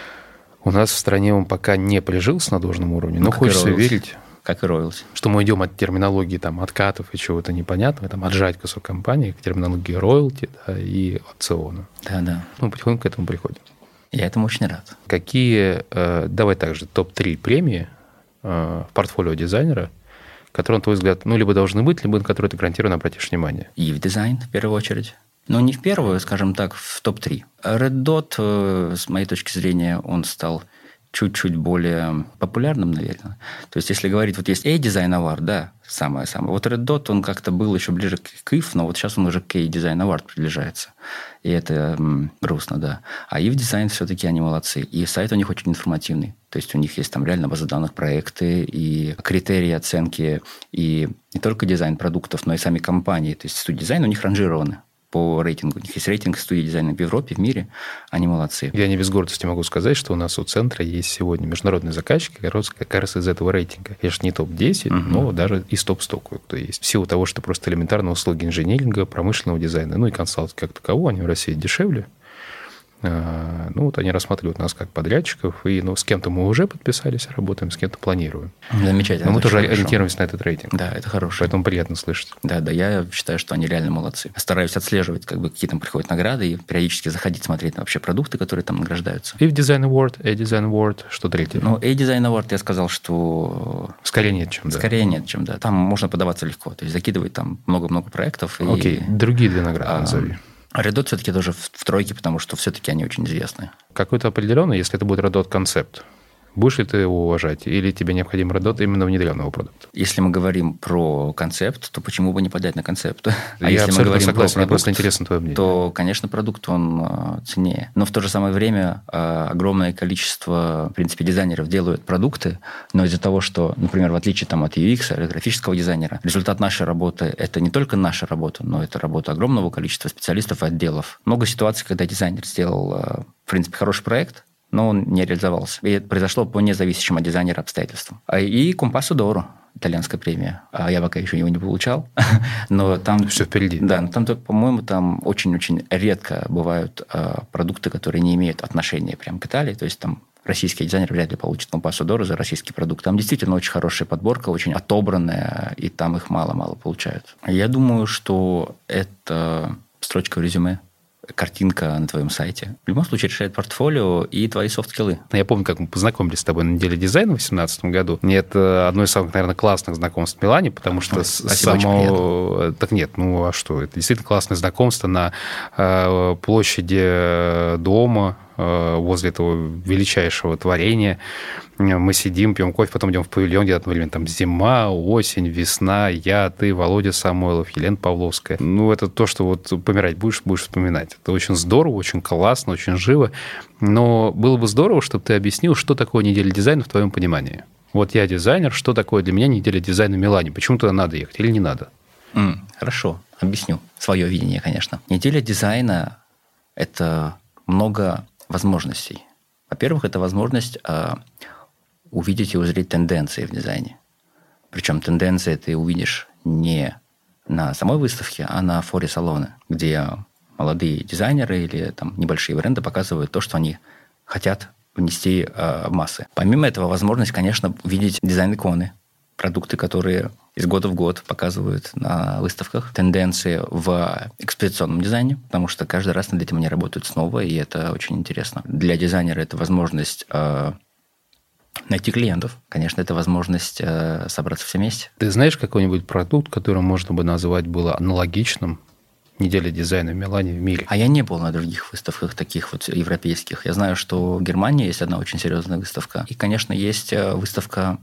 у нас в стране он пока не прижился на должном уровне, но хочется верить... Как и Royalty. Что мы идем от терминологии там, откатов и чего-то непонятного, там, отжать кусок компании к терминологии роялти, да, и опциона. Да. Мы потихоньку к этому приходим. Я этому очень рад. Какие, давай также, топ-3 премии в портфолио дизайнера, которые, на твой взгляд, либо должны быть, либо на которые ты гарантированно обратишь внимание? И в дизайн, в первую очередь. Но не в первую, скажем так, в топ-3. Red Dot, с моей точки зрения, он стал чуть-чуть более популярным, наверное. То есть, если говорить, вот есть A-Design Award, да, самое-самое. Вот Red Dot, он как-то был еще ближе к IF, но вот сейчас он уже к A-Design Award приближается. И это грустно, да. А IF Design все-таки они молодцы. И сайт у них очень информативный. То есть, у них есть там реально база данных, проекты и критерии оценки, и не только дизайн продуктов, но и сами компании. То есть, студии дизайна у них ранжированы по рейтингу. У них есть рейтинг студии дизайна в Европе, в мире. Они молодцы. Я не без гордости могу сказать, что у нас у центра есть сегодня международные заказчики, как раз из этого рейтинга. Конечно, не топ-10, но даже из топ-100 кое-кто есть. В силу того, что просто элементарно услуги инженеринга, промышленного дизайна, и консалтинг как такового, они в России дешевле. Вот они рассматривают нас как подрядчиков, и с кем-то мы уже подписались, работаем, с кем-то планируем. Замечательно. Но мы тоже ориентируемся на этот рейтинг. Да, это хорошо. Поэтому приятно слышать. Да, я считаю, что они реально молодцы. Стараюсь отслеживать, какие там приходят награды, и периодически заходить, смотреть на вообще продукты, которые там награждаются. И в Design Award, A-Design Award, что третье? A-Design Award, я сказал, что... Скорее нет, чем да. Скорее нет, чем да. Там можно подаваться легко, то есть закидывать там много-много проектов. Окей, другие две награды назови. Red Dot все-таки тоже в тройке, потому что все-таки они очень известны. Какой-то определенный, если это будет Red Dot концепт, будешь ли ты его уважать, или тебе необходим Red Dot именно внедренного продукта? Если мы говорим про концепт, то почему бы не подать на концепт? Я если мы говорим согласен, про продукт, мне просто интересно твое мнение. То, конечно, продукт, он ценнее. Но в то же самое время огромное количество, в принципе, дизайнеров делают продукты, но из-за того, что, например, в отличие от UX или графического дизайнера, результат нашей работы – это не только наша работа, но это работа огромного количества специалистов и отделов. Много ситуаций, когда дизайнер сделал, в принципе, хороший проект, но он не реализовался. И это произошло по независящим от дизайнера обстоятельствам. И Компасу Доро, итальянская премия. Я пока еще его не получал. Но там... Все впереди. Да, но там, по-моему, там очень-очень редко бывают продукты, которые не имеют отношения прям к Италии. То есть там российский дизайнер вряд ли получит Компасу Доро за российский продукт. Там действительно очень хорошая подборка, очень отобранная, и там их мало-мало получают. Я думаю, что это строчка в резюме, картинка на твоем сайте. В любом случае решает портфолио и твои софт-скиллы. Я помню, как мы познакомились с тобой на неделе дизайна в 2018 году. И это одно из самых, наверное, классных знакомств в Милане, потому что само... Так нет, а что? Это действительно классное знакомство на площади дома возле этого величайшего творения. Мы сидим, пьем кофе, потом идем в павильон, где одновременно там зима, осень, весна, я, ты, Володя Самойлов, Елена Павловская. Ну, это то, что вот помирать будешь вспоминать. Это очень здорово, очень классно, очень живо. Но было бы здорово, чтобы ты объяснил, что такое неделя дизайна в твоем понимании. Вот я дизайнер, что такое для меня неделя дизайна в Милане? Почему туда надо ехать или не надо? Хорошо, объясню. Свое видение, конечно. Неделя дизайна – это много возможностей. Во-первых, это возможность увидеть и узреть тенденции в дизайне. Причем тенденции ты увидишь не на самой выставке, а на форе салона, где молодые дизайнеры или там небольшие бренды показывают то, что они хотят внести в массы. Помимо этого, возможность, конечно, увидеть дизайн-иконы, продукты, которые из года в год показывают на выставках, тенденции в экспозиционном дизайне, потому что каждый раз над этим они работают снова, и это очень интересно. Для дизайнера это возможность найти клиентов. Конечно, это возможность собраться все вместе. Ты знаешь какой-нибудь продукт, который можно бы назвать было аналогичным неделе дизайна в Милане в мире? А я не был на других выставках таких вот европейских. Я знаю, что в Германии есть одна очень серьезная выставка. И, конечно, есть выставка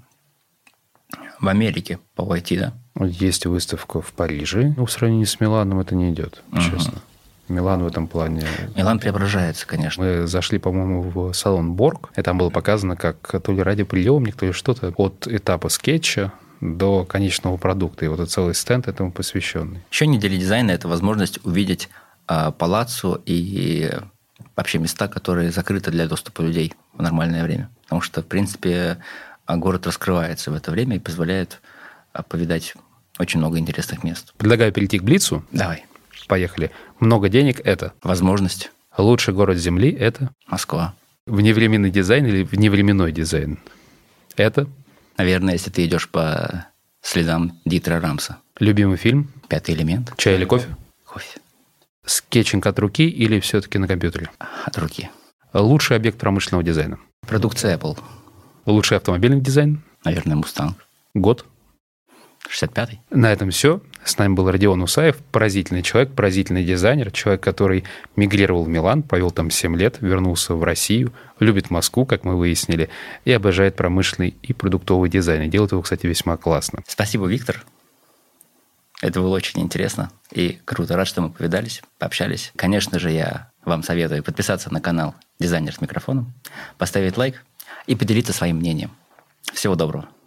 в Америке по IT, да? Есть выставка в Париже. Но в сравнении с Миланом это не идет, честно. Милан в этом плане... Милан преображается, конечно. Мы зашли, по-моему, в салон Борг, и там было показано, как то ли радиоприемник, то ли что-то от этапа скетча до конечного продукта. И вот это целый стенд этому посвященный. Еще неделя дизайна – это возможность увидеть палаццо и вообще места, которые закрыты для доступа людей в нормальное время. Потому что, в принципе, город раскрывается в это время и позволяет повидать очень много интересных мест. Предлагаю перейти к Блицу. Давай. Поехали. Много денег – это? Возможность. Лучший город Земли – это? Москва. Вневременный дизайн или вневременной дизайн? Это? Наверное, если ты идешь по следам Дитера Рамса. Любимый фильм? «Пятый элемент». Чай или кофе? Кофе. Скетчинг от руки или все-таки на компьютере? От руки. Лучший объект промышленного дизайна? Продукция Apple. Лучший автомобильный дизайн? Наверное, Мустанг. Год? 65-й. На этом все. С нами был Родион Усаев, поразительный человек, поразительный дизайнер, человек, который мигрировал в Милан, провел там 7 лет, вернулся в Россию, любит Москву, как мы выяснили, и обожает промышленный и продуктовый дизайн. И делает его, кстати, весьма классно. Спасибо, Виктор. Это было очень интересно и круто. Рад, что мы повидались, пообщались. Конечно же, я вам советую подписаться на канал «Дизайнер с микрофоном», поставить лайк и поделиться своим мнением. Всего доброго.